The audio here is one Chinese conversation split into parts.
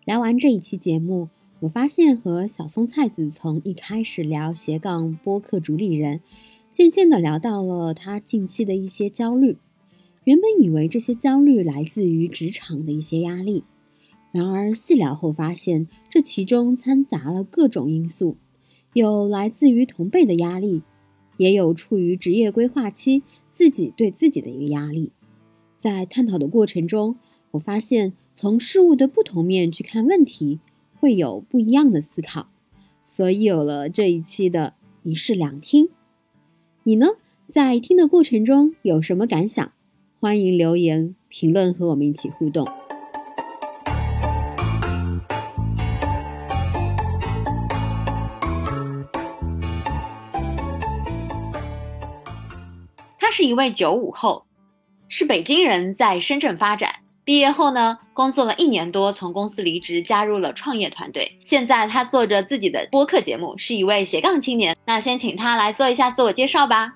聊完这一期节目，我发现和小松菜子从一开始聊斜杠播客主理人，渐渐地聊到了他近期的一些焦虑。原本以为这些焦虑来自于职场的一些压力，然而细聊后发现，这其中掺杂了各种因素，有来自于同辈的压力，也有处于职业规划期自己对自己的一个压力。在探讨的过程中，我发现从事物的不同面去看问题，会有不一样的思考，所以有了这一期的一室两听。你呢，在听的过程中有什么感想？欢迎留言评论和我们一起互动。 他是一位95后，是北京人，在深圳发展。毕业后呢，工作了1年多，从公司离职，加入了创业团队。现在他做着自己的播客节目，是一位斜杠青年。那先请他来做一下自我介绍吧。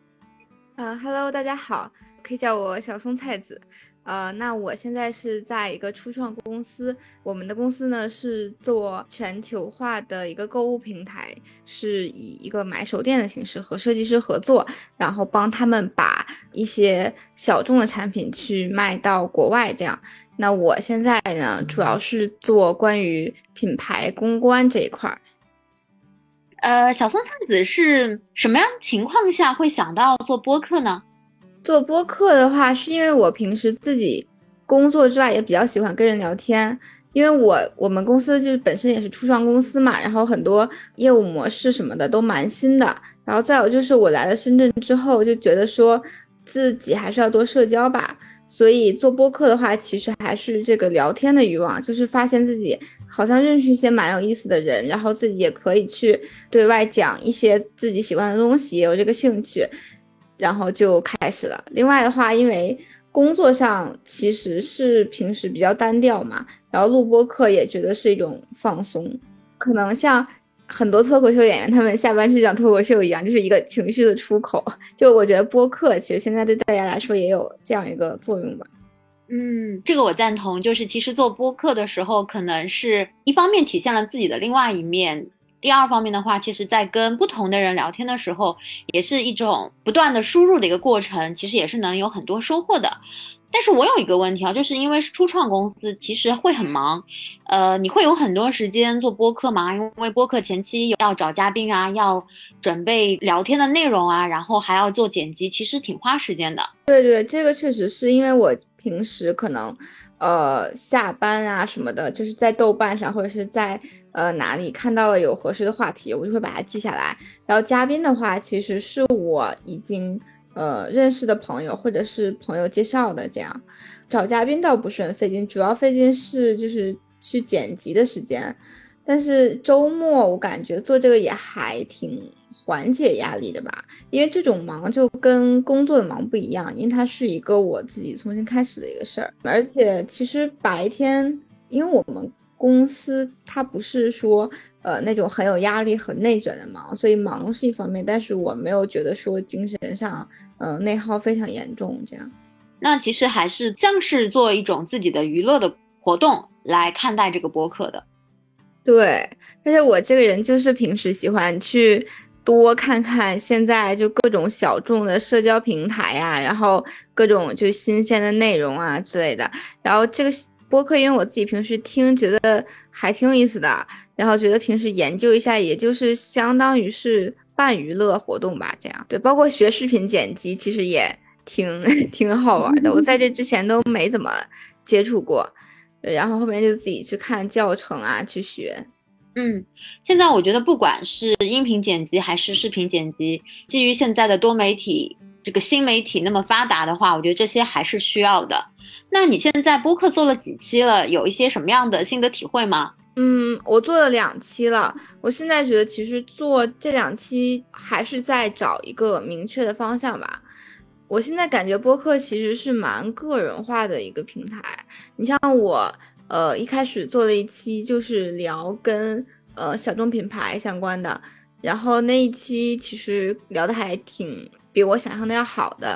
Hello， 大家好，可以叫我小松菜子。那我现在是在一个初创公司，我们的公司呢是做全球化的一个购物平台，是以一个买手店的形式和设计师合作，然后帮他们把一些小众的产品去卖到国外这样。那我现在呢主要是做关于品牌公关这一块。 小松菜子是什么样情况下会想到做播客呢？ 做播客的话，是因为我平时自己工作之外也比较喜欢跟人聊天，因为我们公司就是本身也是初创公司嘛，然后很多业务模式什么的都蛮新的，然后再有就是我来了深圳之后就觉得说自己还是要多社交吧，所以做播客的话其实还是这个聊天的欲望，就是发现自己好像认识一些蛮有意思的人，然后自己也可以去对外讲一些自己喜欢的东西，也有这个兴趣，然后就开始了。另外的话，因为工作上其实是平时比较单调嘛，然后录播课也觉得是一种放松，可能像很多脱口秀演员他们下班去讲脱口秀一样，就是一个情绪的出口。就我觉得播客其实现在对大家来说也有这样一个作用吧。 这个我赞同，就是其实做播客的时候，可能是一方面体现了自己的另外一面，第二方面的话，其实在跟不同的人聊天的时候，也是一种不断的输入的一个过程，其实也是能有很多收获的。但是我有一个问题啊，就是因为是初创公司，其实会很忙，你会有很多时间做播客吗？因为播客前期要找嘉宾啊，要准备聊天的内容啊，然后还要做剪辑，其实挺花时间的。 对，这个确实是因为我平时可能下班啊什么的，就是在豆瓣上或者是在哪里看到了有合适的话题，我就会把它记下来。然后嘉宾的话，其实是我已经认识的朋友或者是朋友介绍的，这样找嘉宾倒不是很费劲，主要费劲是就是去剪辑的时间。但是周末我感觉做这个也还挺缓解压力的吧，因为这种忙就跟工作的忙不一样，因为它是一个我自己重新开始的一个事儿，而且其实白天，因为我们公司它不是说那种很有压力很内卷的忙，所以忙是一方面，但是我没有觉得说精神上内耗非常严重这样。 那其实还是像是做一种自己的娱乐的活动来看待这个播客的。 对，而且我这个人就是平时喜欢去多看看现在就各种小众的社交平台啊，然后各种就新鲜的内容啊之类的。然后这个播客，因为我自己平时听觉得还挺有意思的，然后觉得平时研究一下，也就是相当于是半娱乐活动吧，这样。对，包括学视频剪辑，其实也挺好玩的。我在这之前都没怎么接触过。然后后面就自己去看教程啊，去学。 现在我觉得不管是音频剪辑还是视频剪辑，基于现在的多媒体这个新媒体那么发达的话，我觉得这些还是需要的。那你现在播客做了几期了？有一些什么样的心得体会吗？ 我做了2期了。我现在觉得其实做这2期还是在找一个明确的方向吧。我现在感觉播客其实是蛮个人化的一个平台。你像我，一开始做了一期就是聊跟小众品牌相关的，然后那一期其实聊的还挺比我想象的要好的。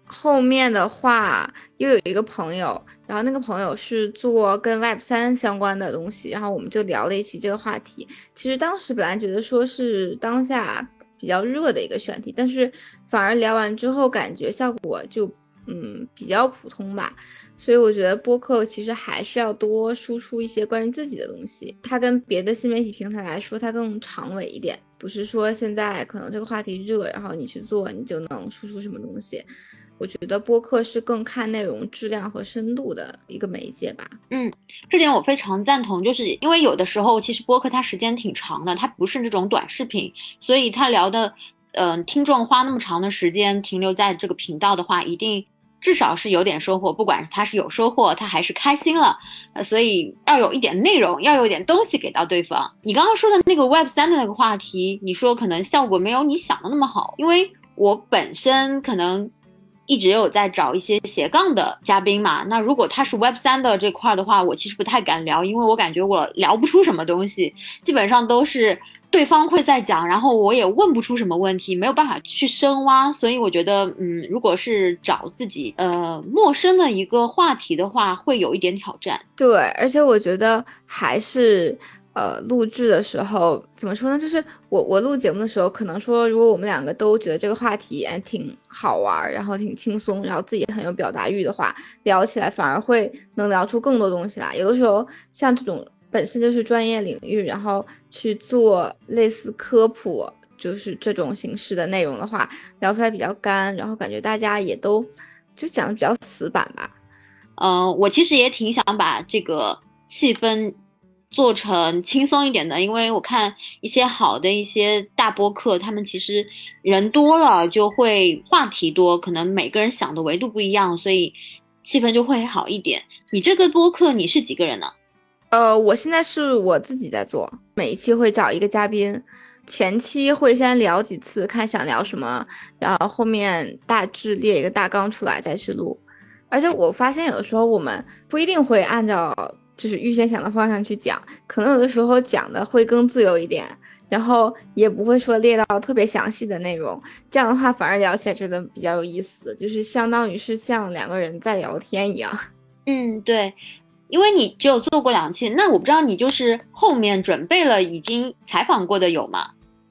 后面的话又有一个朋友，然后那个朋友是做跟 Web3相关的东西，然后我们就聊了一起这个话题。其实当时本来觉得说是当下比较热的一个选题，但是反而聊完之后感觉效果就比较普通吧。所以我觉得播客其实还是要多输出一些关于自己的东西，它跟别的新媒体平台来说，它更长尾一点，不是说现在可能这个话题热，然后你去做你就能输出什么东西。我觉得播客是更看内容质量和深度的一个媒介吧。 这点我非常赞同，就是因为有的时候其实播客它时间挺长的，它不是这种短视频，所以它聊的，听众花那么长的时间停留在这个频道的话，一定至少是有点收获，不管他是有收获，他还是开心了，所以要有一点内容，要有点东西给到对方。你刚刚说的那个 Web3的那个话题，你说可能效果没有你想的那么好，因为我本身可能一直有在找一些斜杠的嘉宾嘛，那如果他是 Web3的这块的话，我其实不太敢聊，因为我感觉我聊不出什么东西，基本上都是对方会在讲，然后我也问不出什么问题，没有办法去深挖，所以我觉得，如果是找自己陌生的一个话题的话，会有一点挑战。 对，而且我觉得还是录制的时候怎么说呢？就是我录节目的时候，可能说如果我们两个都觉得这个话题挺好玩，然后挺轻松，然后自己很有表达欲的话，聊起来反而会能聊出更多东西来。有的时候像这种本身就是专业领域，然后去做类似科普，就是这种形式的内容的话，聊出来比较干，然后感觉大家也都就讲的比较死板吧。 我其实也挺想把这个气氛做成轻松一点的，因为我看一些好的一些大播客，他们其实人多了就会话题多，可能每个人想的维度不一样，所以气氛就会好一点。你这个播客你是几个人呢？ 我现在是我自己在做，每一期会找一个嘉宾，前期会先聊几次，看想聊什么，然后后面大致列一个大纲出来再去录。而且我发现有的时候我们不一定会按照就是预先想的方向去讲，可能有的时候讲的会更自由一点，然后也不会说列到特别详细的内容，这样的话反而聊起来觉得比较有意思，就是相当于是像两个人在聊天一样。 对，因为你只有做过2期，那我不知道你就是后面准备了已经采访过的有吗？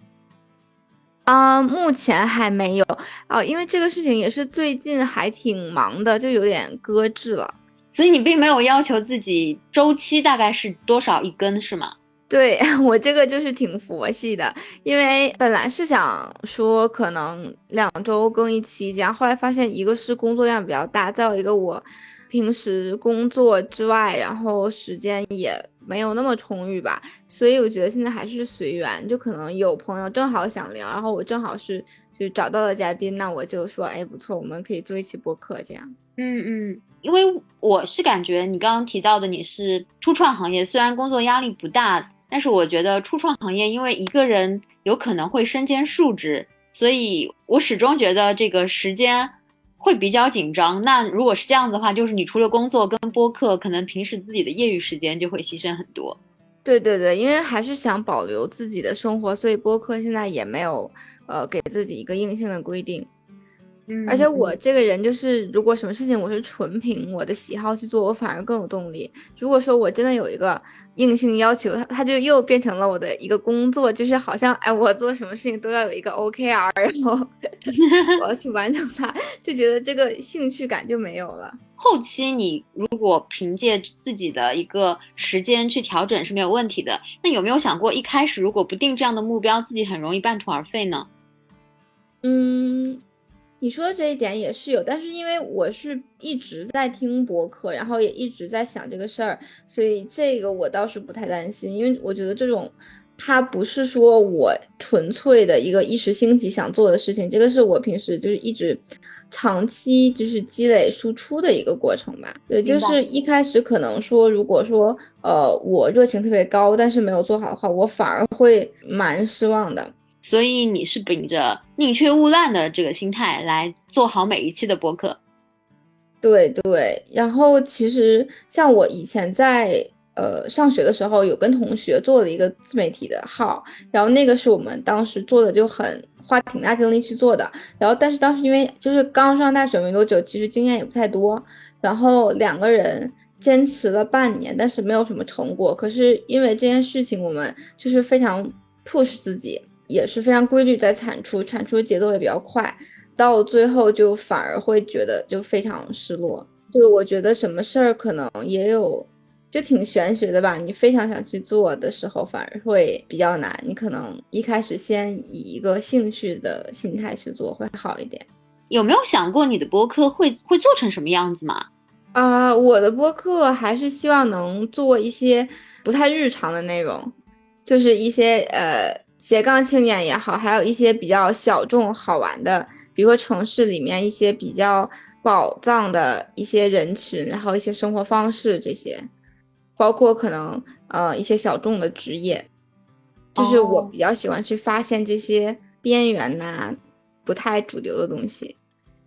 目前还没有因为这个事情也是最近还挺忙的，就有点搁置了。 所以你并没有要求自己周期大概是多少一根是吗？ 对我这个就是挺佛系的，因为本来是想说可能2周更一期，这样后来发现一个是工作量比较大，再有一个我平时工作之外，然后时间也没有那么充裕吧，所以我觉得现在还是随缘，就可能有朋友正好想聊，然后我正好是就找到了嘉宾，那我就说，哎，不错，我们可以做一期播客这样。 因为我是感觉你刚刚提到的你是初创行业，虽然工作压力不大，但是我觉得初创行业因为一个人有可能会身兼数职，所以我始终觉得这个时间会比较紧张。那如果是这样子的话，就是你除了工作跟播客，可能平时自己的业余时间就会牺牲很多。 对对对，因为还是想保留自己的生活，所以播客现在也没有给自己一个硬性的规定。而且我这个人就是，如果什么事情我是纯凭我的喜好去做，我反而更有动力。如果说我真的有一个硬性要求，它就又变成了我的一个工作，就是好像哎，我做什么事情都要有一个 OKR，然后我要去完成它，就觉得这个兴趣感就没有了。 后期你如果凭借自己的一个时间去调整是没有问题的。那有没有想过一开始如果不定这样的目标，自己很容易半途而废呢？ 你说的这一点也是有，但是因为我是一直在听播客，然后也一直在想这个事儿，所以这个我倒是不太担心，因为我觉得这种它不是说我纯粹的一个一时兴起想做的事情，这个是我平时就是一直长期就是积累输出的一个过程吧。对，就是一开始可能说，如果说我热情特别高，但是没有做好的话，我反而会蛮失望的。 所以你是秉着宁缺毋滥的这个心态来做好每一期的播客。 对对，然后其实像我以前在上学的时候，有跟同学做了一个自媒体的号，然后那个是我们当时做的就很花挺大精力去做的。然后但是当时因为就是刚上大学没多久，其实经验也不太多，然后2个人坚持了半年，但是没有什么成果。可是因为这件事情，我们就是非常 push 自己，也是非常规律在产出的节奏也比较快，到最后就反而会觉得就非常失落。就我觉得什么事儿可能也有就挺玄学的吧，你非常想去做的时候反而会比较难，你可能一开始先以一个兴趣的心态去做会好一点。 有没有想过你的播客会做成什么样子吗？ 我的播客还是希望能做一些不太日常的内容，就是一些斜杠青年也好，还有一些比较小众好玩的，比如说城市里面一些比较宝藏的一些人群，然后一些生活方式这些，包括可能一些小众的职业，就是我比较喜欢去发现这些边缘呐，不太主流的东西。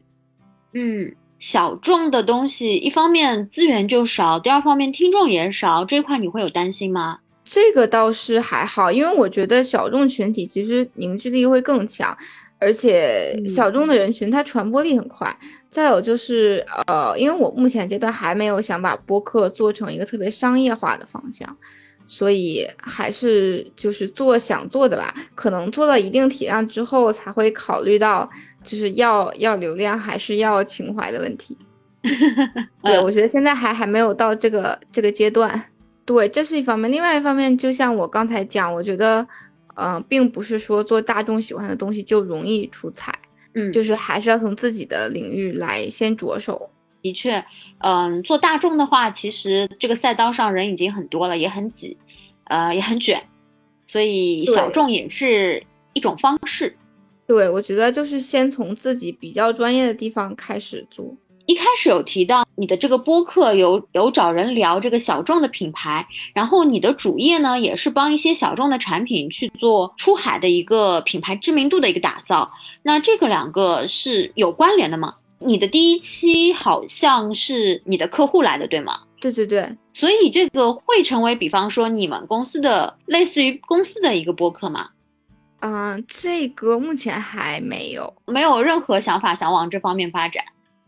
小众的东西，一方面资源就少，第二方面听众也少，这块你会有担心吗？ 这个倒是还好，因为我觉得小众群体其实凝聚力会更强，而且小众的人群它传播力很快。再有就是因为我目前阶段还没有想把播客做成一个特别商业化的方向，所以还是就是想做的吧，可能做到一定体量之后才会考虑到就是要流量还是要情怀的问题。对，我觉得现在还没有到这个阶段。对，这是一方面。另外一方面，就像我刚才讲，我觉得并不是说做大众喜欢的东西就容易出彩，就是还是要从自己的领域来先着手。 的确，做大众的话，其实这个赛道上人已经很多了，也很挤，也很卷，所以小众也是一种方式。 对，我觉得就是先从自己比较专业的地方开始做。 一开始有提到你的这个播客有找人聊这个小众的品牌，然后你的主业呢也是帮一些小众的产品去做出海的一个品牌知名度的一个打造。那这个2个是有关联的吗？你的第1期好像是你的客户来的，对吗？ 对对对。 所以这个会成为比方说你们公司的类似于公司的一个播客吗？ 这个目前还没有任何想法想往这方面发展。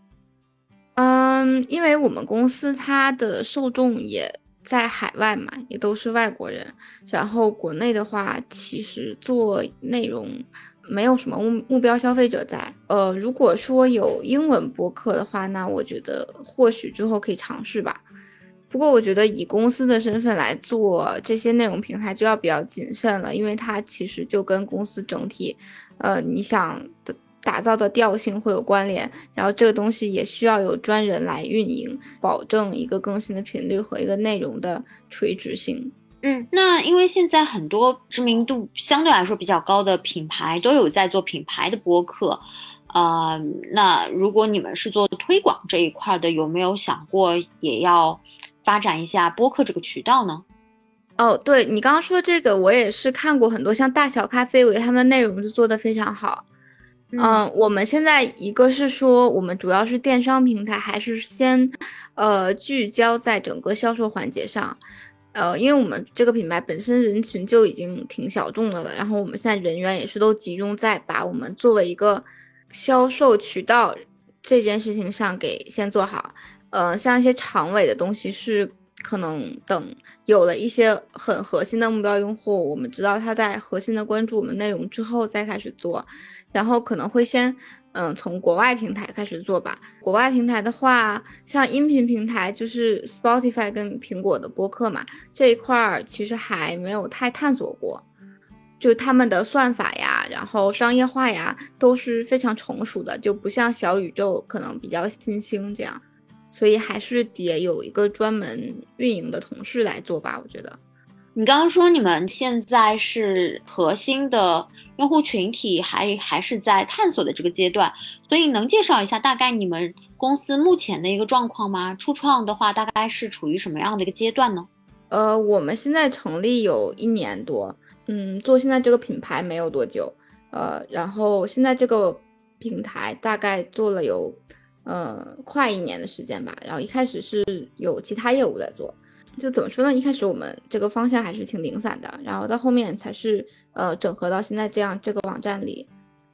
因为我们公司它的受众也在海外嘛，也都是外国人，然后国内的话其实做内容没有什么目标消费者在。如果说有英文播客的话，那我觉得或许之后可以尝试吧。不过我觉得以公司的身份来做这些内容平台就要比较谨慎了，因为它其实就跟公司整体你想打造的调性会有关联，然后这个东西也需要有专人来运营，保证一个更新的频率和一个内容的垂直性。 那因为现在很多知名度相对来说比较高的品牌都有在做品牌的播客，那如果你们是做推广这一块的，有没有想过也要发展一下播客这个渠道呢？ 对，你刚刚说这个，我也是看过很多像大小咖啡，我觉得他们的内容就做得非常好。我们现在一个是说我们主要是电商平台，还是先聚焦在整个销售环节上。因为我们这个品牌本身人群就已经挺小众的了，然后我们现在人员也是都集中在把我们作为一个销售渠道这件事情上给先做好。像一些长尾的东西是可能等有了一些很核心的目标用户，我们知道他在核心的关注我们内容之后再开始做，然后可能会先从国外平台开始做吧。国外平台的话，像音频平台就是 Spotify 跟苹果的播客嘛，这一块其实还没有太探索过，就他们的算法呀，然后商业化呀都是非常成熟的，就不像小宇宙可能比较新兴这样，所以还是得有一个专门运营的同事来做吧，我觉得。 你刚刚说你们现在是核心的用户群体还是在探索的这个阶段，所以能介绍一下大概你们公司目前的一个状况吗？初创的话大概是处于什么样的一个阶段呢？ 我们现在成立有1年多，做现在这个品牌没有多久，然后现在这个平台大概做了有快1年的时间吧，然后一开始是有其他业务在做。就怎么说呢，一开始我们这个方向还是挺零散的，然后到后面才是整合到现在这样这个网站里。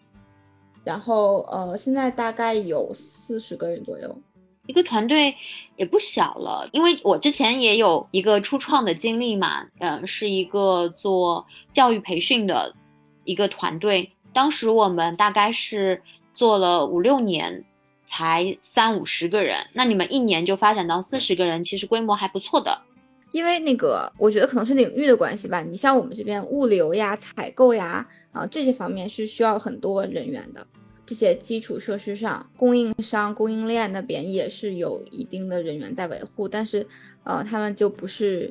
然后现在大概有40个人左右。 一个团队也不小了，因为我之前也有一个初创的经历嘛，是一个做教育培训的一个团队，当时我们大概是做了5-6年，才30-50个人，那你们1年就发展到40个人，其实规模还不错的。 因为那个，我觉得可能是领域的关系吧。你像我们这边物流呀、采购呀，这些方面是需要很多人员的。这些基础设施上，供应商、供应链那边也是有一定的人员在维护，但是他们就不是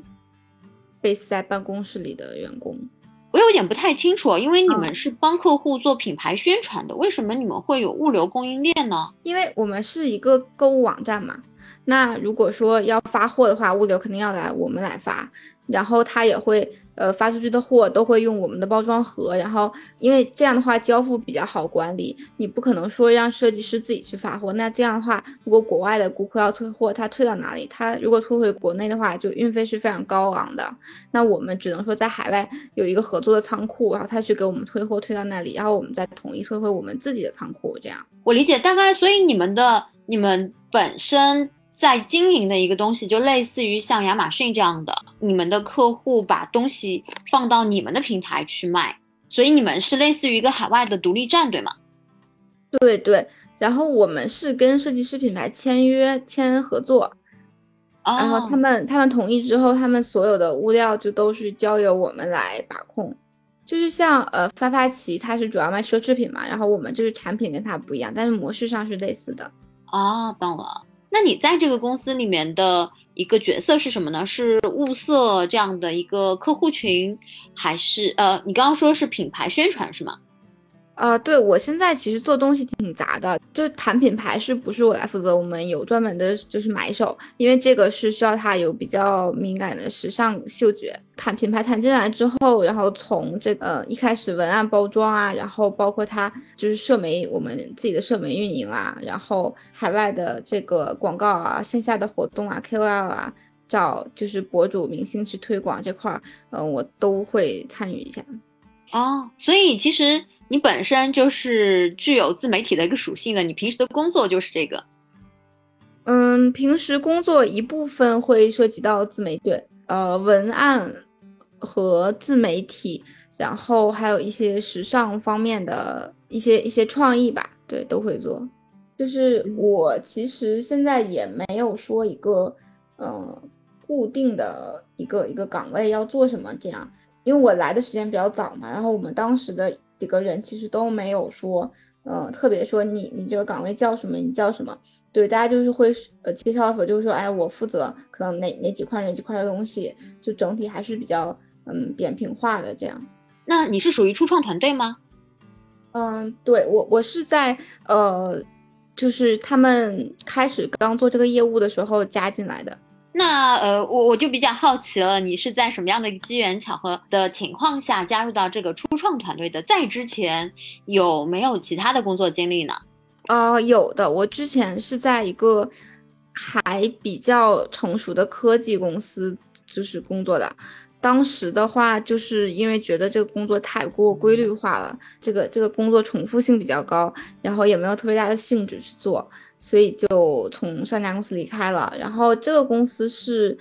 base 在办公室里的员工。 我有点不太清楚，因为你们是帮客户做品牌宣传的，为什么你们会有物流供应链呢？ 因为我们是一个购物网站嘛，那如果说要发货的话，物流肯定要我们来发，然后他也会发出去的货都会用我们的包装盒，然后因为这样的话交付比较好管理，你不可能说让设计师自己去发货，那这样的话如果国外的顾客要退货，他退到哪里，他如果退回国内的话，就运费是非常高昂的，那我们只能说在海外有一个合作的仓库，然后他去给我们退货退到那里，然后我们再统一退回我们自己的仓库，这样。 我理解，大概所以你们本身在经营的一个东西，就类似于像亚马逊这样的，你们的客户把东西放到你们的平台去卖，所以你们是类似于一个海外的独立站，对吗？ 对对，然后我们是跟设计师品牌签合作，然后他们同意之后，他们所有的物料就都是交由我们来把控。就是像发奇，它是主要卖奢侈品嘛，然后我们就是产品跟它不一样，但是模式上是类似的。 懂了。那你在这个公司里面的一个角色是什么呢？是物色这样的一个客户群，还是你刚刚说是品牌宣传是吗？ 对，我现在其实做东西挺杂的，就谈品牌是不是我来负责？我们有专门的就是买手，因为这个是需要他有比较敏感的时尚嗅觉。谈品牌谈进来之后，然后从这个一开始文案包装啊，然后包括它就是社媒，我们自己的社媒运营啊，然后海外的这个广告啊，线下的活动啊 KOL 啊，找就是博主明星去推广这块我都会参与一下。 所以其实你本身就是具有自媒体的一个属性的，你平时的工作就是这个。 平时工作一部分会涉及到自媒体，文案和自媒体，然后还有一些时尚方面的一些创意吧，对，都会做。就是我其实现在也没有说一个固定的一个岗位要做什么这样，因为我来的时间比较早嘛，然后我们当时的几个人其实都没有说特别说你这个岗位叫什么，你叫什么。对，大家就是会介绍的时候就是说，哎，我负责可能哪几块的东西，就整体还是比较扁平化的这样。 那你是属于初创团队吗？ 对，我是在就是他们开始刚做这个业务的时候加进来的。 那我就比较好奇了，你是在什么样的机缘巧合的情况下加入到这个初创团队的？在之前有没有其他的工作经历呢？ 有的，我之前是在一个还比较成熟的科技公司就是工作的，当时的话就是因为觉得这个工作太过规律化了，这个工作重复性比较高，然后也没有特别大的兴致去做，所以就从上家公司离开了。然后这个公司是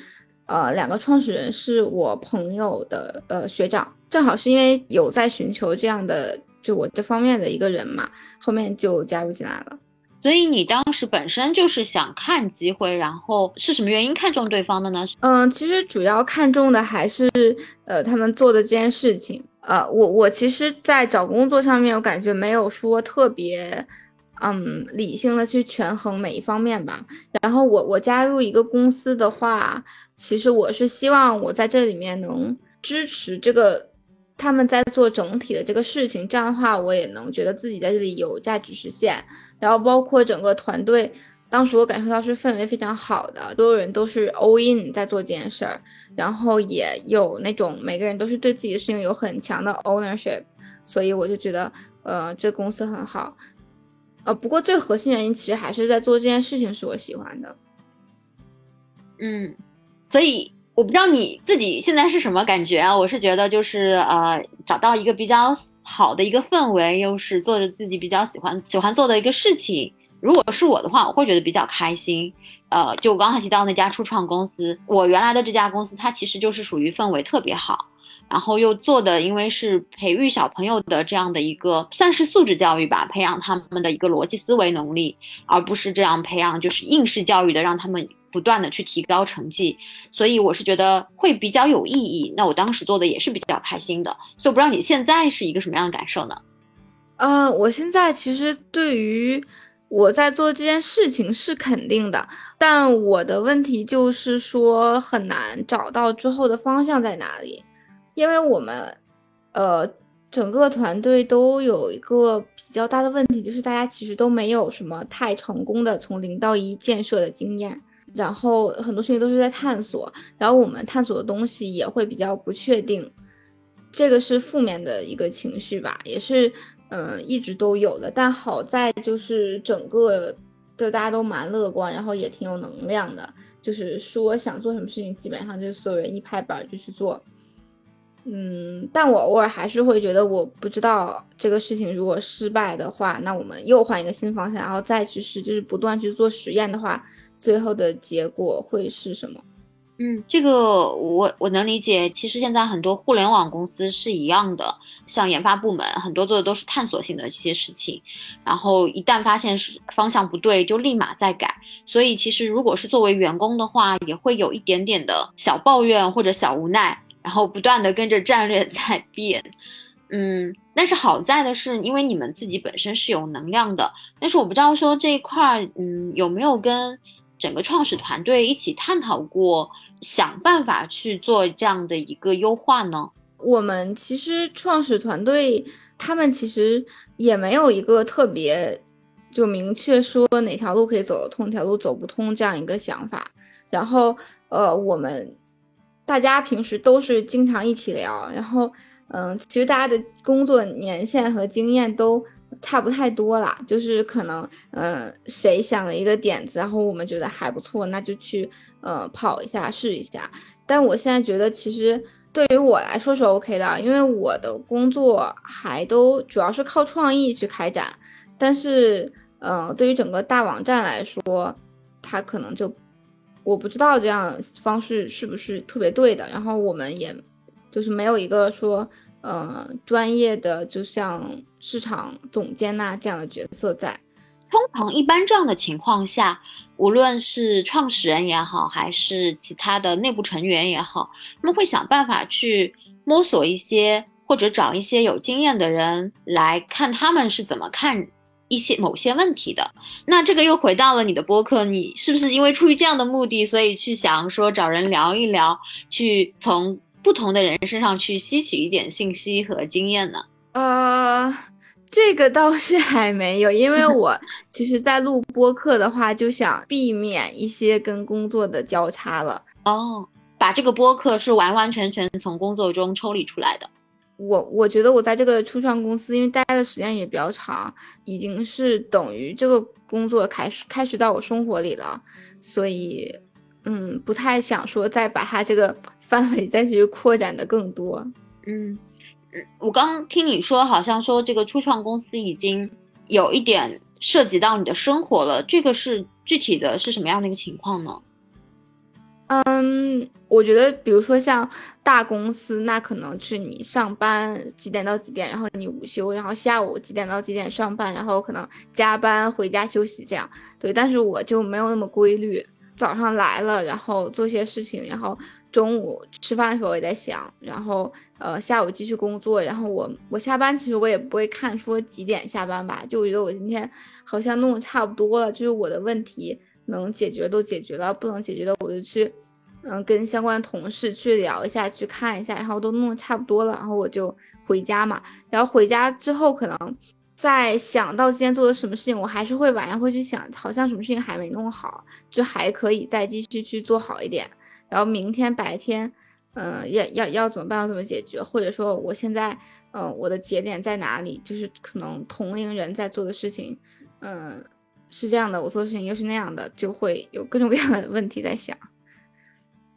2个创始人是我朋友的学长，正好是因为有在寻求这样的就我这方面的一个人嘛，后面就加入进来了。 所以你当时本身就是想看机会，然后是什么原因看中对方的呢？ 其实主要看重的还是他们做的这件事情。我其实在找工作上面，我感觉没有说特别理性的去权衡每一方面吧。然后我加入一个公司的话，其实我是希望我在这里面能支持这个他们在做整体的这个事情，这样的话我也能觉得自己在这里有价值实现。然后包括整个团队，当时我感受到是氛围非常好的，所有人都是 all in 在做这件事儿，然后也有那种每个人都是对自己的事情有很强的 ownership， 所以我就觉得这公司很好。不过最核心原因其实还是在做这件事情是我喜欢的。 所以我不知道你自己现在是什么感觉啊？我是觉得就是找到一个比较好的一个氛围，又是做着自己比较喜欢做的一个事情。如果是我的话，我会觉得比较开心。就我刚才提到那家初创公司，我原来的这家公司，它其实就是属于氛围特别好，然后又做的，因为是培育小朋友的这样的一个算是素质教育吧，培养他们的一个逻辑思维能力，而不是这样培养就是应试教育的，让他们不断的去提高成绩。所以我是觉得会比较有意义。那我当时做的也是比较开心的，所以我不知道你现在是一个什么样的感受呢？ 我现在其实对于我在做这件事情是肯定的，但我的问题就是说很难找到之后的方向在哪里，因为我们呃整个团队都有一个比较大的问题，就是大家其实都没有什么太成功的从零到一建设的经验，然后很多事情都是在探索，然后我们探索的东西也会比较不确定，这个是负面的一个情绪吧，也是一直都有的。但好在就是整个的大家都蛮乐观，然后也挺有能量的，就是说想做什么事情，基本上就是所有人一拍板就去做。但我偶尔还是会觉得，我不知道这个事情如果失败的话，那我们又换一个新方向，然后再去试，就是不断去做实验的话，最后的结果会是什么？ 这个我能理解。其实现在很多互联网公司是一样的，像研发部门很多做的都是探索性的一些事情，然后一旦发现是方向不对，就立马再改。所以其实如果是作为员工的话，也会有一点点的小抱怨或者小无奈，然后不断的跟着战略在变。但是好在的是，因为你们自己本身是有能量的，但是我不知道说这一块儿，有没有跟整个创始团队一起探讨过，想办法去做这样的一个优化呢？ 我们其实创始团队他们其实也没有一个特别就明确说哪条路可以走得通，哪条路走不通这样一个想法。然后我们大家平时都是经常一起聊，然后其实大家的工作年限和经验都差不太多啦，就是可能谁想了一个点子，然后我们觉得还不错，那就去跑一下试一下。但我现在觉得其实对于我来说是 OK 的，因为我的工作还都主要是靠创意去开展，但是对于整个大网站来说，它可能就我不知道这样方式是不是特别对的，然后我们也就是没有一个说专业的就像市场总监呐、这样的角色在。 通常一般这样的情况下，无论是创始人也好，还是其他的内部成员也好，他们会想办法去摸索一些，或者找一些有经验的人来看他们是怎么看某些问题的。那这个又回到了你的播客，你是不是因为出于这样的目的，所以去想说找人聊一聊，去从不同的人身上去吸取一点信息和经验呢？ 呃，这个倒是还没有，因为我其实在录播客的话，就想避免一些跟工作的交叉了。 把这个播客是完完全全从工作中抽离出来的。 我觉得我在这个初创公司，因为待的时间也比较长，已经是等于这个工作开始到我生活里了，所以不太想说再把它这个范围再去扩展的更多。 嗯，我刚听你说，好像说这个初创公司已经有一点涉及到你的生活了，这个是具体的是什么样的一个情况呢？ 我觉得比如说像大公司，那可能是你上班几点到几点，然后你午休，然后下午几点到几点上班，然后可能加班回家休息这样。对，但是我就没有那么规律，早上来了，然后做些事情，然后中午吃饭的时候也在想，然后下午继续工作，然后我下班其实我也不会看说几点下班吧，就我觉得我今天好像弄得差不多了，就是我的问题能解决都解决了，不能解决的我就去跟相关的同事去聊一下，去看一下，然后都弄得差不多了，然后我就回家嘛。然后回家之后，可能在想到今天做的什么事情，我还是会晚上会去想，好像什么事情还没弄好，就还可以再继续去做好一点。然后明天白天，要怎么办，要怎么解决，或者说我现在，我的节点在哪里？就是可能同龄人在做的事情，是这样的，我做的事情又是那样的，就会有各种各样的问题在想。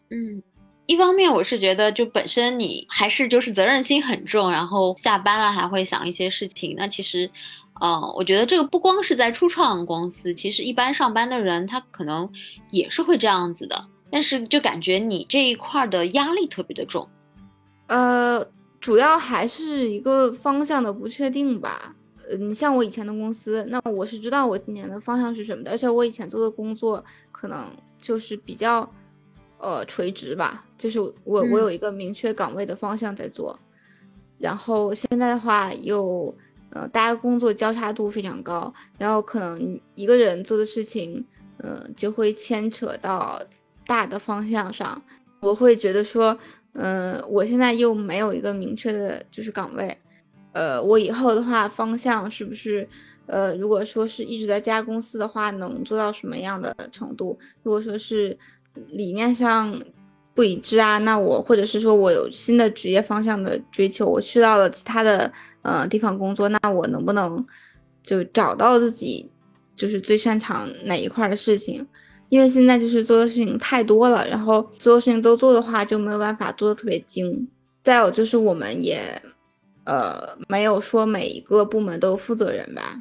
嗯，一方面我是觉得就本身你还是就是责任心很重，然后下班了还会想一些事情。那其实，我觉得这个不光是在初创公司，其实一般上班的人他可能也是会这样子的。但是就感觉你这一块儿的压力特别的重。 主要还是一个方向的不确定吧。你像我以前的公司，那我是知道我今年的方向是什么的，而且我以前做的工作可能就是比较垂直吧，就是我有一个明确岗位的方向在做。然后现在的话又大家工作交叉度非常高，然后可能一个人做的事情就会牵扯到大的方向上。我会觉得说我现在又没有一个明确的就是岗位，我以后的话方向是不是如果说是一直在这家公司的话能做到什么样的程度，如果说是理念上不一致啊，那我或者是说我有新的职业方向的追求，我去到了其他的地方工作，那我能不能就找到自己就是最擅长哪一块的事情。因为现在就是做的事情太多了，然后所有事情都做的话就没有办法做的特别精。再有就是我们也没有说每一个部门都有负责人吧。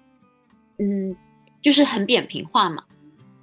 就是很扁平化嘛。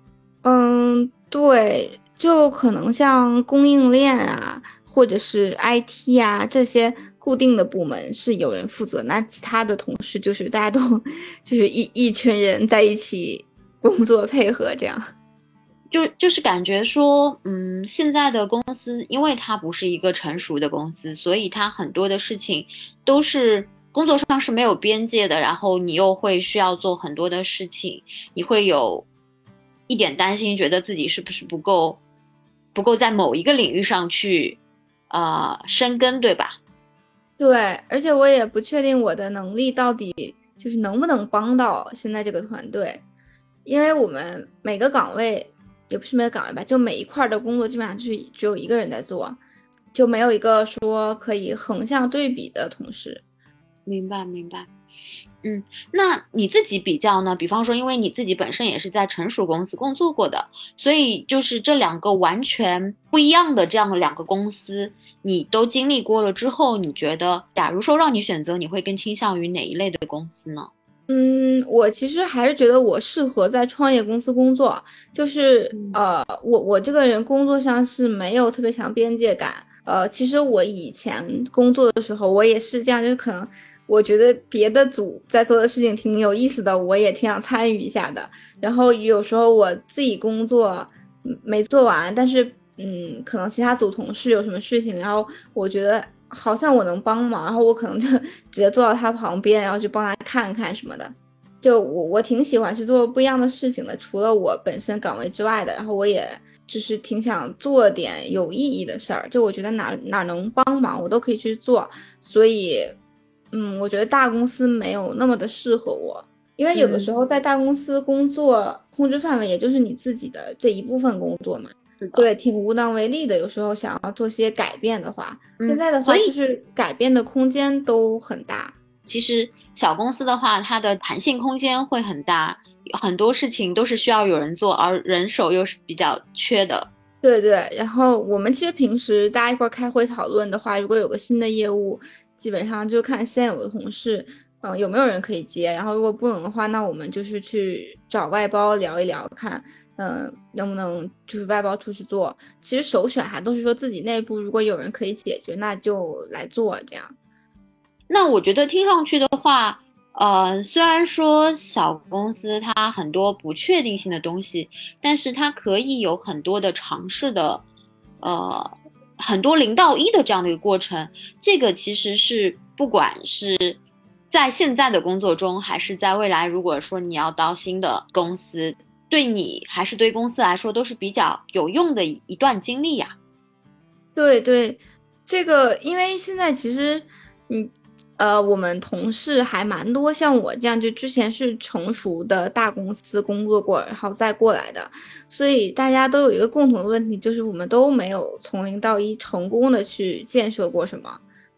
对，就可能像供应链啊，或者是 IT 啊这些固定的部门是有人负责，那其他的同事就是大家都就是一群人在一起工作配合这样。 就是感觉说，现在的公司，因为它不是一个成熟的公司，所以它很多的事情都是工作上是没有边界的，然后你又会需要做很多的事情，你会有一点担心，觉得自己是不是不够在某一个领域上去深耕，对吧？ 对，而且我也不确定我的能力到底就是能不能帮到现在这个团队，因为我们每个岗位也不是每个岗位吧，就每一块的工作基本上就是只有一个人在做，就没有一个说可以横向对比的同事。 明白明白。那你自己比较呢？比方说，因为你自己本身也是在成熟公司工作过的，所以就是这两个完全不一样的这样的两个公司，你都经历过了之后，你觉得，假如说让你选择，你会更倾向于哪一类的公司呢？ 我其实还是觉得我适合在创业公司工作，就是我这个人工作上是没有特别强边界感。其实我以前工作的时候，我也是这样，就是可能我觉得别的组在做的事情挺有意思的，我也挺想参与一下的。然后有时候我自己工作没做完，但是可能其他组同事有什么事情，然后我觉得好像我能帮忙，然后我可能就直接坐到他旁边，然后去帮他看看什么的。就我挺喜欢去做不一样的事情的，除了我本身岗位之外的，然后我也就是挺想做点有意义的事儿，就我觉得哪能帮忙我都可以去做。所以我觉得大公司没有那么的适合我，因为有的时候在大公司工作控制范围也就是你自己的这一部分工作嘛。对，挺无能为力的。有时候想要做些改变的话，现在的话就是改变的空间都很大。 其实小公司的话，它的弹性空间会很大，很多事情都是需要有人做，而人手又是比较缺的。 对对，然后我们其实平时大家一块开会讨论的话，如果有个新的业务，基本上就看现有的同事，有没有人可以接。然后如果不能的话，那我们就是去找外包聊一聊，看能不能就是外包出去做。其实首选还都是说自己内部如果有人可以解决，那就来做这样。 那我觉得听上去的话，虽然说小公司它很多不确定性的东西，但是它可以有很多的尝试的，很多0到1的这样的一个过程。这个其实是不管是在现在的工作中，还是在未来，如果说你要到新的公司，对你还是对公司来说都是比较有用的一段经历呀。 对对，这个因为现在其实我们同事还蛮多，像我这样就之前是成熟的大公司工作过，然后再过来的，所以大家都有一个共同的问题，就是我们都没有从0到1成功的去建设过什么。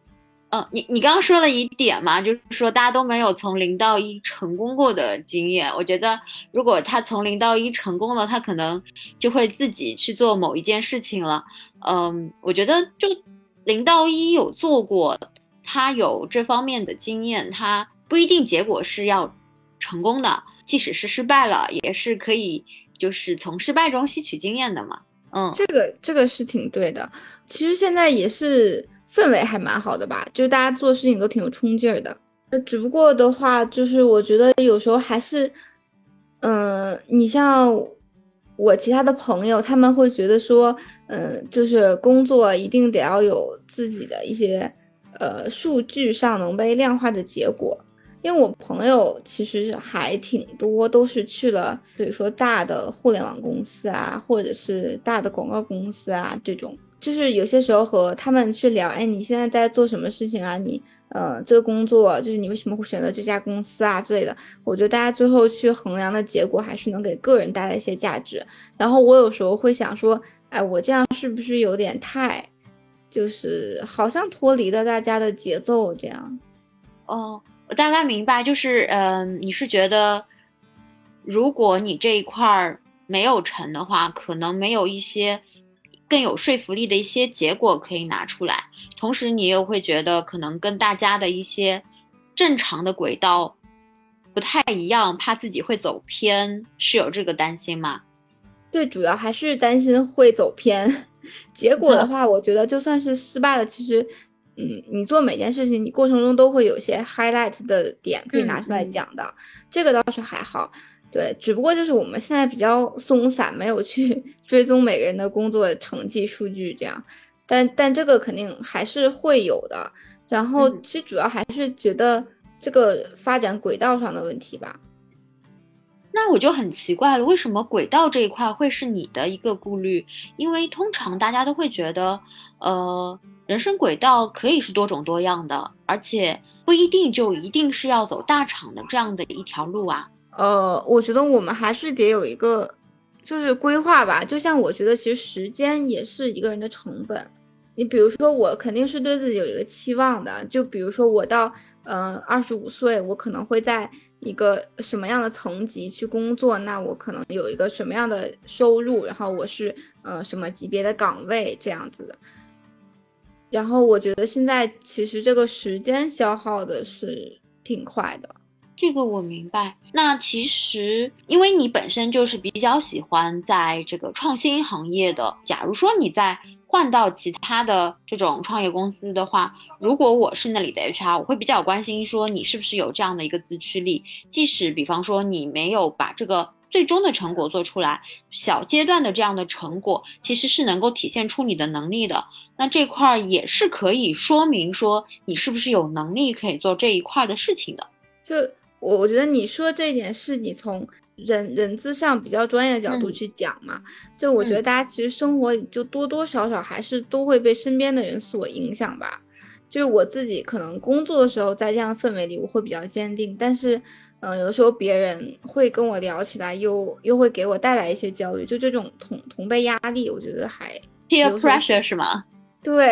你刚刚说了一点嘛，就是说大家都没有从零到一成功过的经验。我觉得如果他从零到一成功了，他可能就会自己去做某一件事情了。我觉得就零到一有做过，他有这方面的经验，他不一定结果是要成功的，即使是失败了，也是可以就是从失败中吸取经验的嘛。 这个是挺对的。其实现在也是氛围还蛮好的吧，就是大家做事情都挺有冲劲儿的。只不过的话，就是我觉得有时候还是，你像我其他的朋友，他们会觉得说，就是工作一定得要有自己的一些数据上能被量化的结果。因为我朋友其实还挺多，都是去了，比如说大的互联网公司啊，或者是大的广告公司啊，这种，就是有些时候和他们去聊，哎，你现在在做什么事情啊？你这个工作就是你为什么会选择这家公司啊之类的。我觉得大家最后去衡量的结果还是能给个人带来一些价值。然后我有时候会想说，哎，我这样是不是有点太，就是好像脱离了大家的节奏这样。 我大概明白，就是你是觉得，如果你这一块儿没有成的话，可能没有一些更有说服力的一些结果可以拿出来，同时你又会觉得可能跟大家的一些正常的轨道不太一样，怕自己会走偏，是有这个担心吗？ 对，主要还是担心会走偏。结果的话，我觉得就算是失败了，其实，你做每件事情，你过程中都会有一些 highlight 的点可以拿出来讲的，这个倒是还好。对，只不过就是我们现在比较松散，没有去追踪每个人的工作成绩数据这样，但这个肯定还是会有的。然后其实主要还是觉得这个发展轨道上的问题吧。 那我就很奇怪了，为什么轨道这一块会是你的一个顾虑？因为通常大家都会觉得，人生轨道可以是多种多样的，而且不一定就一定是要走大厂的这样的一条路啊。 我觉得我们还是得有一个就是规划吧。就像我觉得其实时间也是一个人的成本。你比如说我肯定是对自己有一个期望的，就比如说我到25岁，我可能会在一个什么样的层级去工作，那我可能有一个什么样的收入，然后我是什么级别的岗位这样子的。然后我觉得现在其实这个时间消耗的是挺快的。 这个我明白。那其实，因为你本身就是比较喜欢在这个创新行业的，假如说你再换到其他的这种创业公司的话，如果我是那里的 HR，我会比较关心说你是不是有这样的一个自驱力，即使比方说你没有把这个最终的成果做出来，小阶段的这样的成果其实是能够体现出你的能力的。那这块也是可以说明说你是不是有能力可以做这一块的事情的。 就我觉得你说这一点是你从人资上比较专业的角度去讲嘛。就我觉得大家其实生活里就多多少少还是都会被身边的人所影响吧。就是我自己可能工作的时候在这样的氛围里我会比较坚定，但是有的时候别人会跟我聊起来又会给我带来一些焦虑，就这种同辈压力我觉得还 peer pressure 是吗？ 对。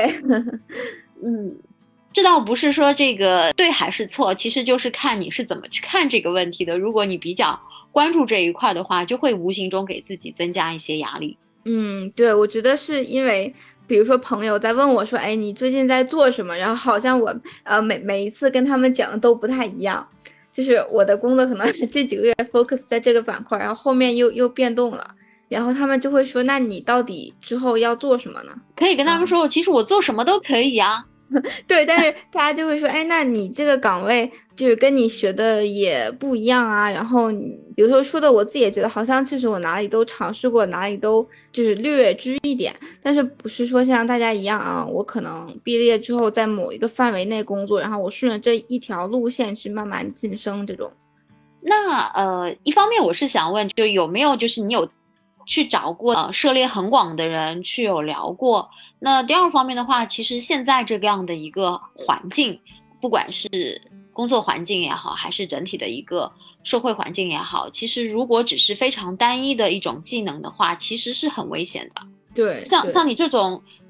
这倒不是说这个对还是错，其实就是看你是怎么去看这个问题的。如果你比较关注这一块的话，就会无形中给自己增加一些压力。 对，我觉得是因为，比如说朋友在问我说，哎，你最近在做什么？然后好像我每一次跟他们讲的都不太一样，就是我的工作可能是这几个月 focus 在这个板块，然后后面又变动了，然后他们就会说，那你到底之后要做什么呢？ 可以跟他们说，其实我做什么都可以啊。 对，但是大家就会说，哎，那你这个岗位就是跟你学的也不一样啊。然后有时候说的我自己也觉得，好像确实我哪里都尝试过，哪里都就是略知一点，但是不是说像大家一样啊，我可能毕业之后在某一个范围内工作，然后我顺着这一条路线去慢慢晋升这种。 那一方面我是想问，就有没有就是你有去找过涉猎很广的人去有聊过。那第二方面的话，其实现在这样的一个环境，不管是工作环境也好，还是整体的一个社会环境也好，其实如果只是非常单一的一种技能的话，其实是很危险的。 对， 像你这种多元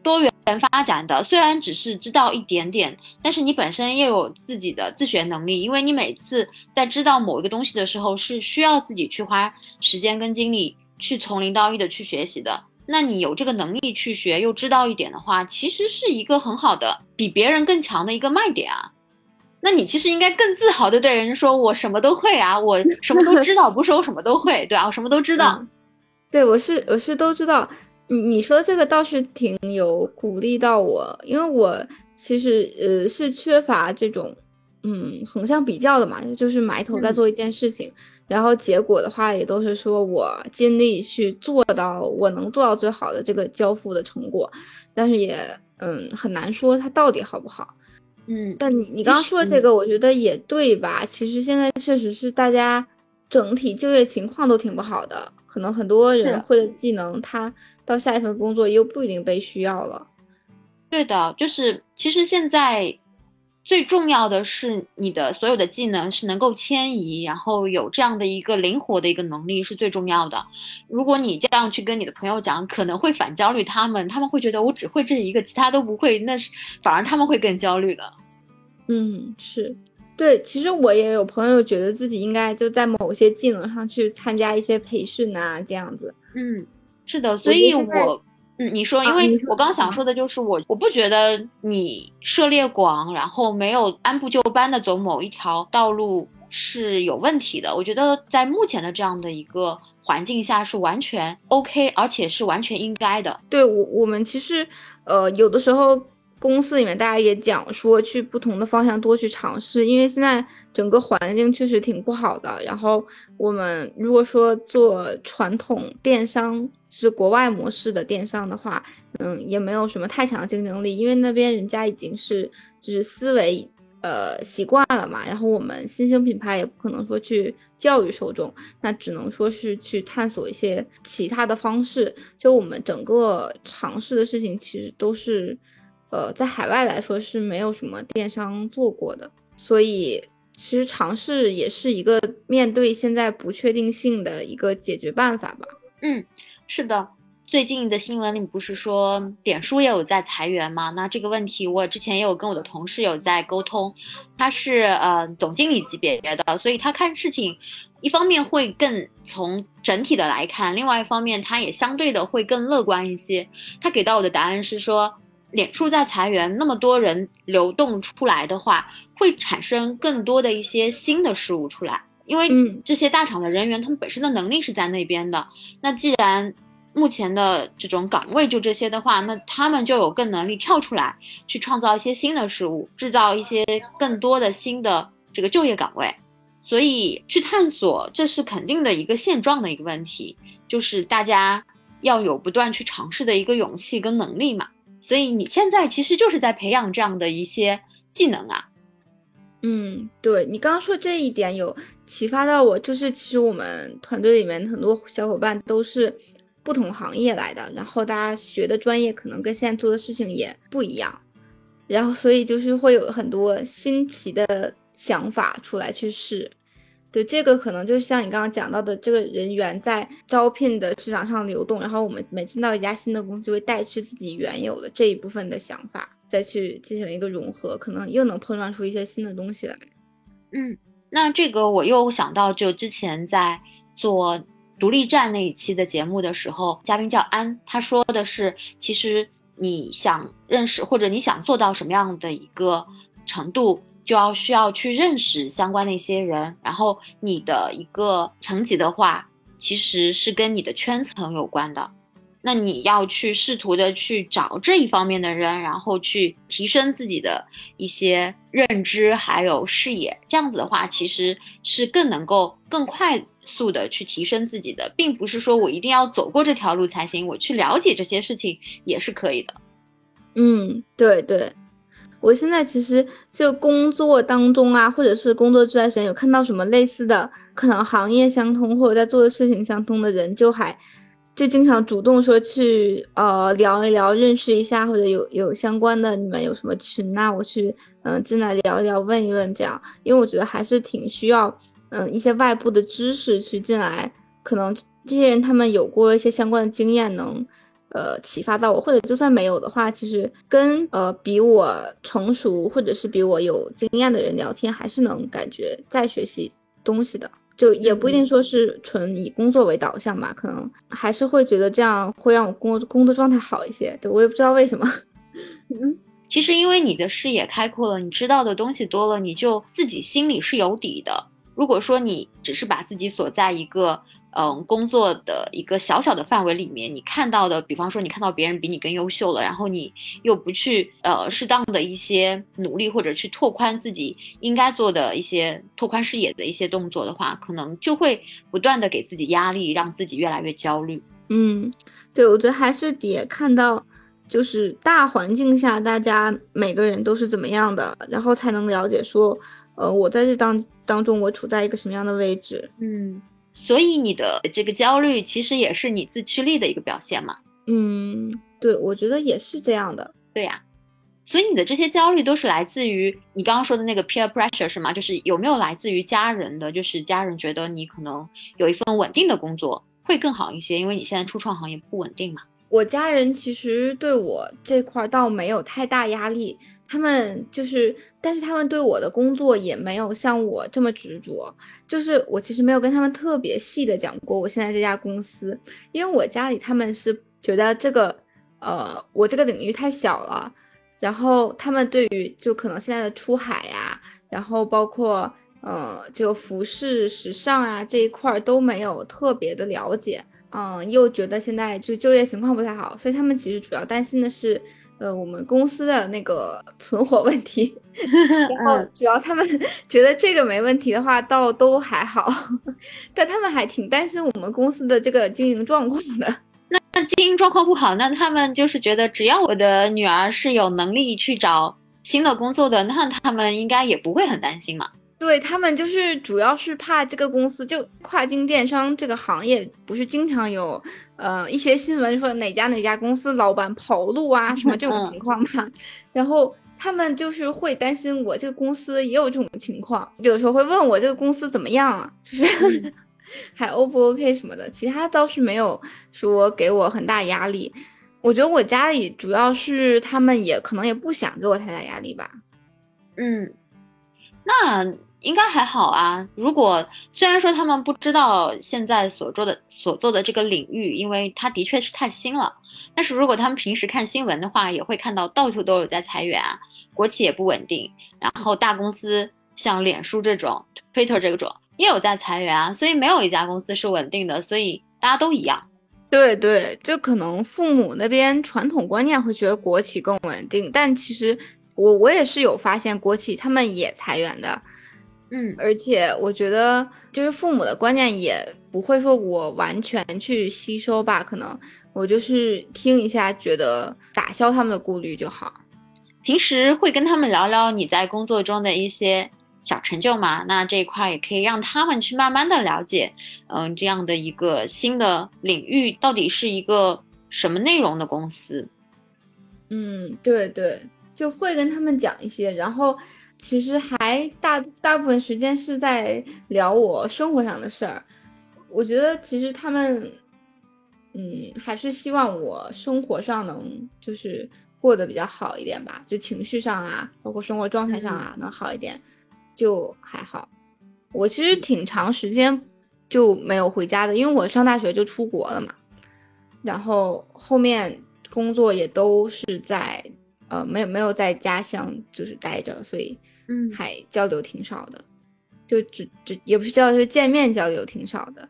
源发展的，虽然只是知道一点点，但是你本身也有自己的自学能力，因为你每次在知道某一个东西的时候，是需要自己去花时间跟精力去从零到一的去学习的。那你有这个能力去学，又知道一点的话，其实是一个很好的，比别人更强的一个卖点啊。那你其实应该更自豪的对人说，我什么都会啊，我什么都知道，不是我什么都会，对啊，我什么都知道。 对，我是都知道。你说的这个倒是挺有鼓励到我，因为我其实是缺乏这种横向比较的嘛，就是埋头在做一件事情，然后结果的话也都是说我尽力去做到我能做到最好的这个交付的成果，但是也很难说它到底好不好。但你刚刚说的这个，我觉得也对吧？其实现在确实是大家整体就业情况都挺不好的，可能很多人会的技能，他到下一份工作又不一定被需要了。 对的，就是其实现在最重要的是你的所有的技能是能够迁移，然后有这样的一个灵活的一个能力是最重要的。如果你这样去跟你的朋友讲，可能会反焦虑他们会觉得我只会这一个，其他都不会，那是反而他们会更焦虑的。 是对。其实我也有朋友觉得自己应该就在某些技能上去参加一些培训啊，这样子。 是的，所以你说，因为我刚想说的就是我不觉得你涉猎广，然后没有按部就班的走某一条道路是有问题的。我觉得在目前的这样的一个环境下是完全 OK， 而且是完全应该的。 对，我们其实有的时候公司里面大家也讲说去不同的方向多去尝试，因为现在整个环境确实挺不好的。然后我们如果说做传统电商是国外模式的电商的话，也没有什么太强的竞争力，因为那边人家已经是就是思维习惯了嘛，然后我们新兴品牌也不可能说去教育受众，那只能说是去探索一些其他的方式。就我们整个尝试的事情其实都是在海外来说是没有什么电商做过的，所以其实尝试也是一个面对现在不确定性的一个解决办法吧。 是的，最近的新闻里不是说点数也有在裁员吗？那这个问题我之前也有跟我的同事有在沟通，他是总经理级别的，所以他看事情一方面会更从整体的来看，另外一方面他也相对的会更乐观一些。他给到我的答案是说，脸书在裁员，那么多人流动出来的话，会产生更多的一些新的事物出来。因为这些大厂的人员他们本身的能力是在那边的，那既然目前的这种岗位就这些的话，那他们就有更能力跳出来去创造一些新的事物，制造一些更多的新的这个就业岗位。所以去探索，这是肯定的一个现状的一个问题，就是大家要有不断去尝试的一个勇气跟能力嘛。所以你现在其实就是在培养这样的一些技能啊。 对，你刚刚说这一点有启发到我，就是其实我们团队里面很多小伙伴都是不同行业来的，然后大家学的专业可能跟现在做的事情也不一样，然后所以就是会有很多新奇的想法出来去试。对，这个可能就是像你刚刚讲到的，这个人员在招聘的市场上流动，然后我们每进到一家新的公司，就会带去自己原有的这一部分的想法，再去进行一个融合，可能又能碰撞出一些新的东西来。 那这个我又想到，就之前在做独立站那一期的节目的时候，嘉宾叫安，他说的是，其实你想认识或者你想做到什么样的一个程度，就需要去认识相关的一些人，然后你的一个层级的话，其实是跟你的圈层有关的。那你要去试图的去找这一方面的人，然后去提升自己的一些认知还有视野，这样子的话其实是更能够更快速的去提升自己的，并不是说我一定要走过这条路才行，我去了解这些事情也是可以的。 对，我现在其实就工作当中啊，或者是工作这段时间有看到什么类似的，可能行业相通或者在做的事情相通的人，就经常主动说去聊一聊，认识一下，或者有相关的你们有什么群啊，我去进来聊一聊，问一问这样，因为我觉得还是挺需要一些外部的知识去进来，可能这些人他们有过一些相关的经验，能启发到我，或者就算没有的话，其实跟比我成熟或者是比我有经验的人聊天，还是能感觉在学习东西的。就也不一定说是纯以工作为导向吧，可能还是会觉得这样会让我工作状态好一些。对，我也不知道为什么。 其实因为你的视野开阔了，你知道的东西多了，你就自己心里是有底的。如果说你只是把自己锁在一个工作的一个小小的范围里面，你看到的，比方说你看到别人比你更优秀了，然后你又不去适当的一些努力或者去拓宽自己应该做的一些拓宽视野的一些动作的话，可能就会不断的给自己压力，让自己越来越焦虑。 对，我觉得还是得看到就是大环境下大家每个人都是怎么样的，然后才能了解说我在这当中我处在一个什么样的位置。 所以你的这个焦虑其实也是你自驱力的一个表现嘛。 对，我觉得也是这样的。 对呀，所以你的这些焦虑都是来自于你刚刚说的那个 peer pressure 是吗？就是有没有来自于家人的，就是家人觉得你可能有一份稳定的工作会更好一些，因为你现在初创行业不稳定嘛。 我家人其实对我这块倒没有太大压力，但是他们对我的工作也没有像我这么执着。就是我其实没有跟他们特别细的讲过我现在这家公司，因为我家里他们是觉得我这个领域太小了，然后他们对于就可能现在的出海呀，然后包括就服饰时尚啊这一块都没有特别的了解。又觉得现在就业情况不太好，所以他们其实主要担心的是，我们公司的那个存活问题。然后主要他们觉得这个没问题的话，倒都还好，但他们还挺担心我们公司的这个经营状况的。 那经营状况不好，那他们就是觉得只要我的女儿是有能力去找新的工作的，那他们应该也不会很担心嘛。 对，他们就是主要是怕这个公司，就跨境电商这个行业，不是经常有一些新闻说哪家公司老板跑路啊什么这种情况嘛。然后他们就是会担心我这个公司也有这种情况，有的时候会问我这个公司怎么样啊，就是还 O 不 OK 什么的，其他倒是没有说给我很大压力。我觉得我家里主要是他们也可能也不想给我太大压力吧。 那应该还好啊。如果虽然说他们不知道现在所做的这个领域，因为它的确是太新了，但是如果他们平时看新闻的话，也会看到到处都有在裁员啊，国企也不稳定，然后大公司像脸书这种、Twitter 这种也有在裁员啊，所以没有一家公司是稳定的，所以大家都一样。 对，就可能父母那边传统观念会觉得国企更稳定，但其实我也是有发现国企他们也裁员的。而且我觉得就是父母的观念也不会说我完全去吸收吧，可能我就是听一下，觉得打消他们的顾虑就好。 平时会跟他们聊聊你在工作中的一些小成就嘛？那这一块也可以让他们去慢慢的了解，这样的一个新的领域到底是一个什么内容的公司。 对，就会跟他们讲一些，然后其实还大部分时间是在聊我生活上的事儿。我觉得其实他们还是希望我生活上能就是过得比较好一点吧，就情绪上啊，包括生活状态上啊，能好一点就还好。我其实挺长时间就没有回家的，因为我上大学就出国了嘛，然后后面工作也都是在没有在家乡就是待着，所以还交流挺少的，就只也不是交流，就见面交流挺少的。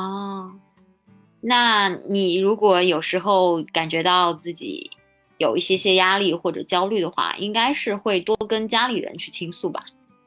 那你如果有时候感觉到自己有一些压力或者焦虑的话，应该是会多跟家里人去倾诉吧？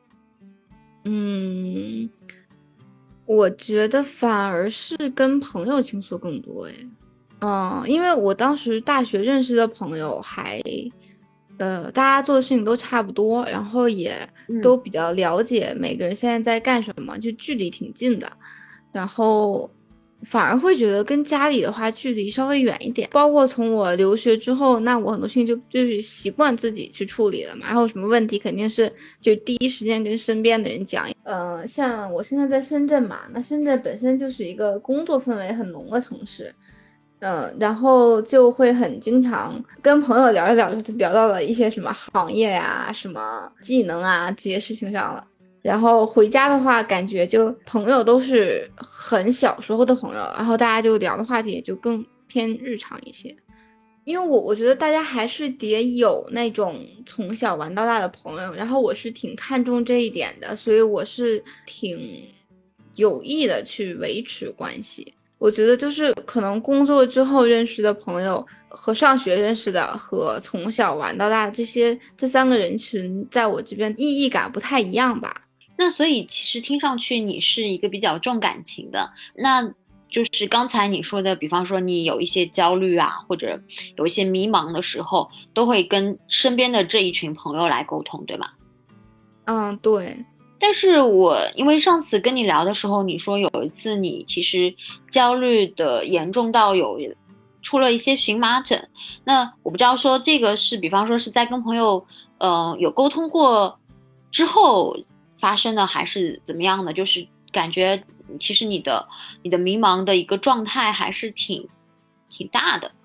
我觉得反而是跟朋友倾诉更多因为我当时大学认识的朋友还大家做的事情都差不多，然后也都比较了解每个人现在在干什么，就距离挺近的，然后反而会觉得跟家里的话距离稍微远一点。包括从我留学之后，那我很多事情就是习惯自己去处理了嘛，然后有什么问题肯定是就第一时间跟身边的人讲。像我现在在深圳嘛，那深圳本身就是一个工作氛围很浓的城市， 然后就会很经常跟朋友聊一聊，就聊到了一些什么行业呀、什么技能啊这些事情上了。然后回家的话，感觉就朋友都是很小时候的朋友，然后大家就聊的话题也就更偏日常一些。因为我觉得大家还是得有那种从小玩到大的朋友，然后我是挺看重这一点的，所以我是挺有意的去维持关系。我觉得就是可能工作之后认识的朋友和上学认识的和从小玩到大的这三个人群，在我这边意义感不太一样吧。 那所以其实听上去你是一个比较重感情的，那就是刚才你说的，比方说你有一些焦虑啊，或者有一些迷茫的时候，都会跟身边的这一群朋友来沟通，对吗？ 嗯，对。 但是因为上次跟你聊的时候，你说有一次你其实焦虑的严重到出了一些荨麻疹，那我不知道说这个是比方说是在跟朋友有沟通过之后发生的，还是怎么样的？就是感觉其实你的迷茫的一个状态还是挺大的。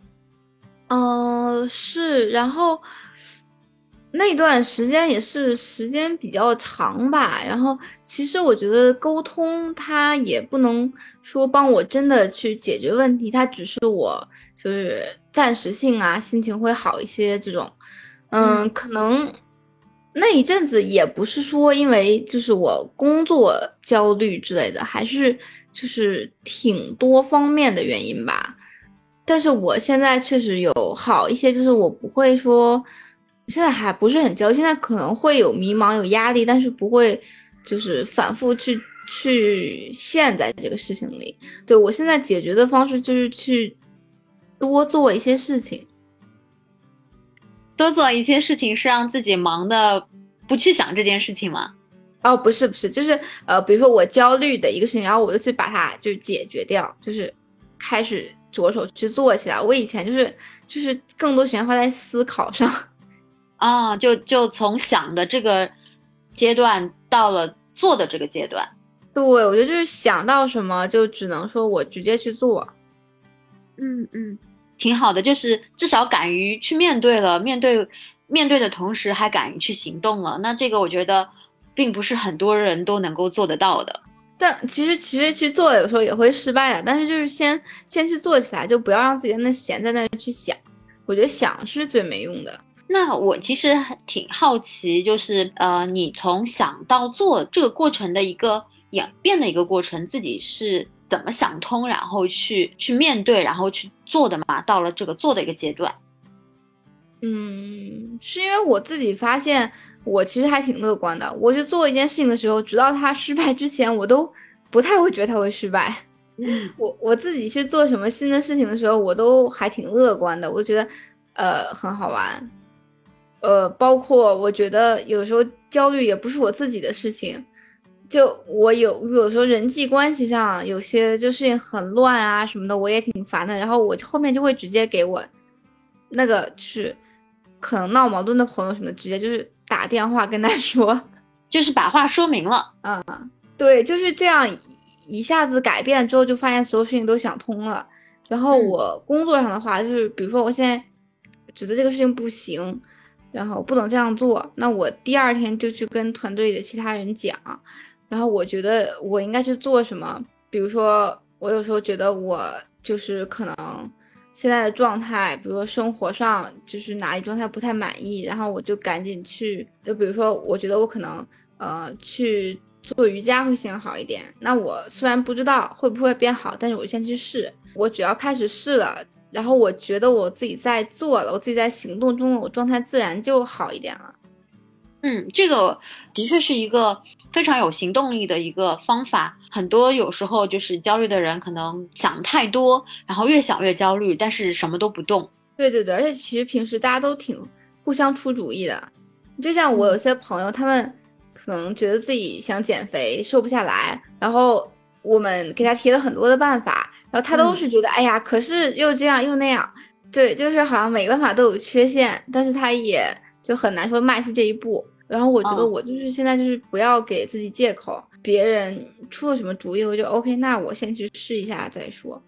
是，然后那段时间也是时间比较长吧，然后其实我觉得沟通它也不能说帮我真的去解决问题，它只是我就是暂时性啊，心情会好一些这种。可能那一阵子也不是说因为就是我工作焦虑之类的，还是就是挺多方面的原因吧。但是我现在确实有好一些，就是我不会说，现在还不是很焦虑，现在可能会有迷茫、有压力，但是不会就是反复去陷在这个事情里。对，我现在解决的方式就是去多做一些事情。 多做一些事情是让自己忙的不去想这件事情吗？ 哦，不是，就是比如说我焦虑的一个事情，然后我就去把它就是解决掉，就是开始着手去做起来。我以前就是更多时间花在思考上。 啊，就从想的这个阶段到了做的这个阶段。 对，我觉得就是想到什么就只能说我直接去做。 挺好的，就是至少敢于去面对了，面对的同时还敢于去行动了。那这个我觉得并不是很多人都能够做得到的。 但其实去做有时候也会失败的，但是就是先去做起来，就不要让自己那闲在那儿去想。我觉得想是最没用的。 那我其实还挺好奇，就是你从想到做这个过程的一个演变的一个过程，自己是怎么想通，然后去面对，然后去做的嘛？到了这个做的一个阶段。 是因为我自己发现我其实还挺乐观的。我就做一件事情的时候，直到它失败之前，我都不太会觉得它会失败。我自己去做什么新的事情的时候，我都还挺乐观的。我觉得很好玩。包括我觉得有时候焦虑也不是我自己的事情，就我有时候人际关系上有些就事情很乱啊什么的，我也挺烦的。然后我后面就会直接给我那个就是可能闹矛盾的朋友什么的，直接就是打电话跟他说。 就是把话说明了。 对，就是这样一下子改变之后，就发现所有事情都想通了。然后我工作上的话，就是比如说我现在觉得这个事情不行，然后不能这样做，那我第二天就去跟团队里的其他人讲，然后我觉得我应该去做什么。比如说我有时候觉得我就是可能现在的状态，比如说生活上就是哪里状态不太满意，然后我就赶紧去，就比如说我觉得我可能去做瑜伽会先好一点。那我虽然不知道会不会变好，但是我先去试。我只要开始试了，然后我觉得我自己在做了，我自己在行动中了，我状态自然就好一点了。 这个的确是一个非常有行动力的一个方法。很多有时候就是焦虑的人可能想太多，然后越想越焦虑，但是什么都不动。 对对对，而且其实平时大家都挺互相出主意的。就像我有些朋友，他们可能觉得自己想减肥，瘦不下来，然后我们给他提了很多的办法，然后他都是觉得，哎呀，可是又这样又那样。对，就是好像每个办法都有缺陷，但是他也就很难说迈出这一步。然后我觉得我就是现在就是不要给自己借口，别人出了什么主意，我就 OK，那我先去试一下再说。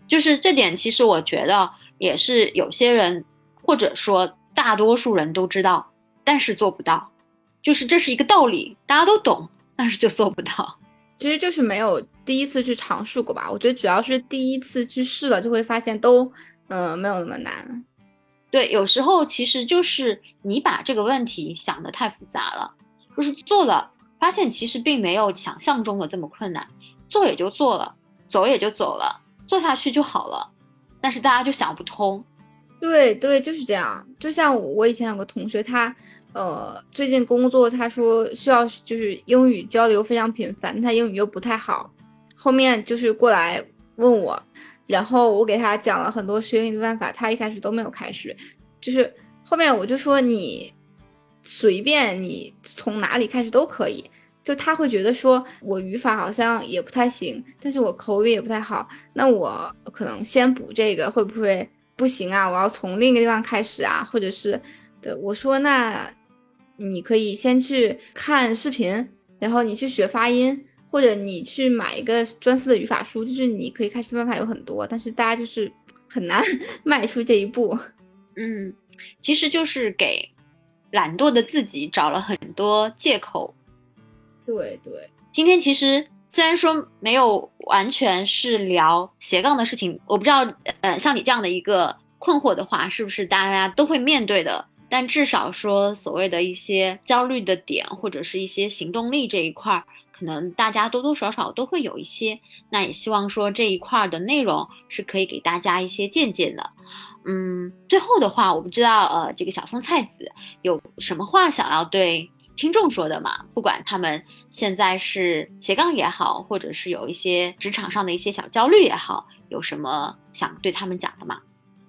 就是这点，其实我觉得也是有些人或者说大多数人都知道，但是做不到。就是这是一个道理，大家都懂，但是就做不到。 其实就是没有第一次去尝试过吧。我觉得主要是第一次去试了，就会发现都没有那么难。 对，有时候其实就是你把这个问题想得太复杂了，就是做了，发现其实并没有想象中的这么困难，做也就做了，走也就走了，做下去就好了，但是大家就想不通。 对对，就是这样。就像我以前有个同学，他最近工作，他说需要就是英语交流非常频繁，他英语又不太好，后面就是过来问我，然后我给他讲了很多学英语的办法，他一开始都没有开始，就是后面我就说你随便你从哪里开始都可以，就他会觉得说我语法好像也不太行，但是我口语也不太好，那我可能先补这个会不会不行啊？我要从另一个地方开始啊，或者是的，我说那你可以先去看视频，然后你去学发音，或者你去买一个专司的语法书，就是你可以开始的办法有很多，但是大家就是很难迈出这一步。 其实就是给懒惰的自己找了很多借口。 对对， 今天其实虽然说没有完全是聊斜杠的事情，我不知道像你这样的一个困惑的话，是不是大家都会面对的？但至少说所谓的一些焦虑的点，或者是一些行动力这一块，可能大家多多少少都会有一些。那也希望说这一块的内容是可以给大家一些借鉴的。最后的话，我不知道这个小松菜子有什么话想要对听众说的吗？不管他们现在是斜杠也好，或者是有一些职场上的一些小焦虑也好，有什么想对他们讲的吗？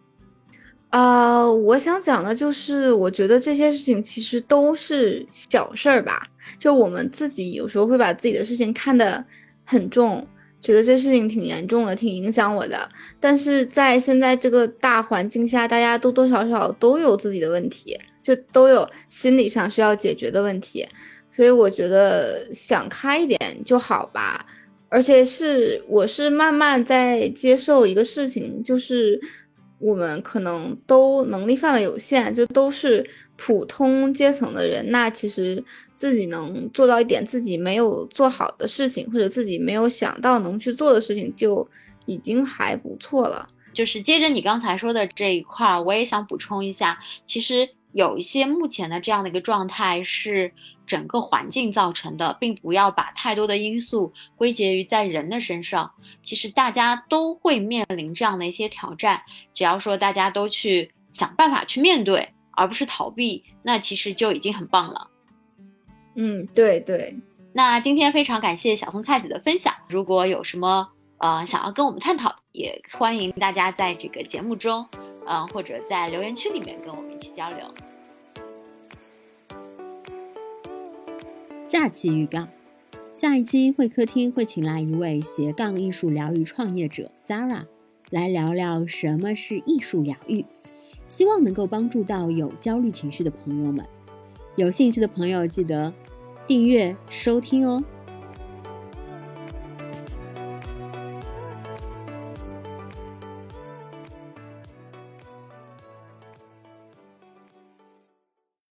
我想讲的就是，我觉得这些事情其实都是小事儿吧。就我们自己有时候会把自己的事情看得很重，觉得这事情挺严重的，挺影响我的。但是在现在这个大环境下，大家多多少少都有自己的问题，就都有心理上需要解决的问题。所以我觉得想开一点就好吧。而且我是慢慢在接受一个事情，就是我们可能都能力范围有限，就都是普通阶层的人，那其实自己能做到一点自己没有做好的事情，或者自己没有想到能去做的事情，就已经还不错了。 就是接着你刚才说的这一块，我也想补充一下，其实有一些目前的这样的一个状态是整个环境造成的，并不要把太多的因素归结于在人的身上。其实大家都会面临这样的一些挑战，只要说大家都去想办法去面对，而不是逃避，那其实就已经很棒了。 对对。 那今天非常感谢小松菜子的分享，如果有什么想要跟我们探讨，也欢迎大家在这个节目中或者在留言区里面跟我们一起交流。 下期预告，下一期会客厅会请来一位斜杠艺术疗愈创业者 Sarah 来聊聊什么是艺术疗愈，希望能够帮助到有焦虑情绪的朋友们。有兴趣的朋友记得订阅收听哦。